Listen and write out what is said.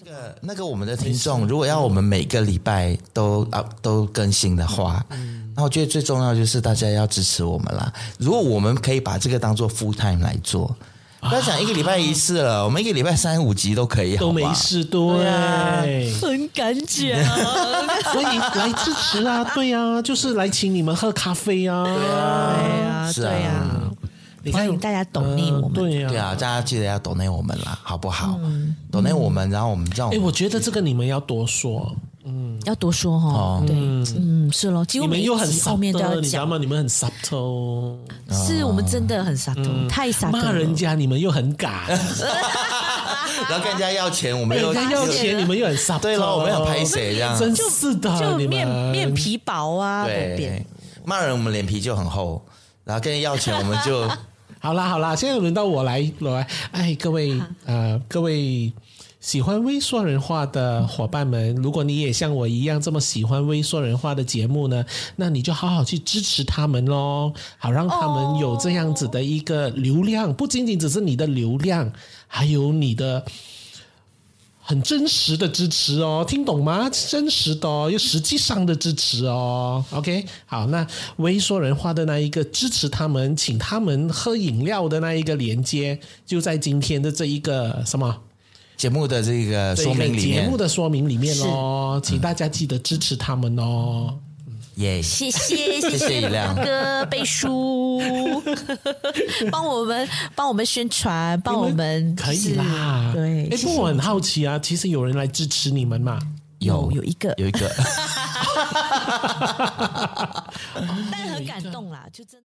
那个我们的听众，如果要我们每个礼拜都更新的话，那我觉得最重要就是大家要支持我们啦。如果我们可以把这个当做 full time 来做，不要讲一个礼拜一次了，我们一个礼拜3、5集都可以， 都没事，对， 很敢讲， 所以来支持啊，对啊，就是来请你们喝咖啡啊， 是啊， 对啊。欢迎大家donate我们， 对啊，大家记得要donate我们啦，好不好？donate我们，然后我们这种， 我觉得这个你们要多说， 要多说哈，对，是咯，几乎每一集后面都要讲， 你知道吗？你们很 subtle， 是我们真的很 subtle，太 subtle， 骂人家你们又很敢， 然后跟人家要钱，我们又要钱，你们又很 subtle， 对了，我们很拍谁这样， 真是的， 就你们面皮薄啊， 对，骂人我们脸皮就很厚，然后跟人要钱我们就。 好啦，现在轮到我来，哎，各位喜欢微说人话的伙伴们，如果你也像我一样这么喜欢微说人话的节目呢，那你就好好去支持他们咯，好让他们有这样子的一个流量，不仅仅只是你的流量，还有你的很真实的支持哦，听懂吗？真实的哦，有实际上的支持哦。OK， 好，那微说人话的那一个支持他们，请他们喝饮料的那一个连接，就在今天的这一个什么节目的这个说明里面， 节目的说明里面哦，请大家记得支持他们哦。 耶， 谢谢雨亮哥背书，帮我们宣传，帮我们可以啦。 对， 不过我很好奇啊，其实有人来支持你们吗？ 有一个， 但很感动啦，就真。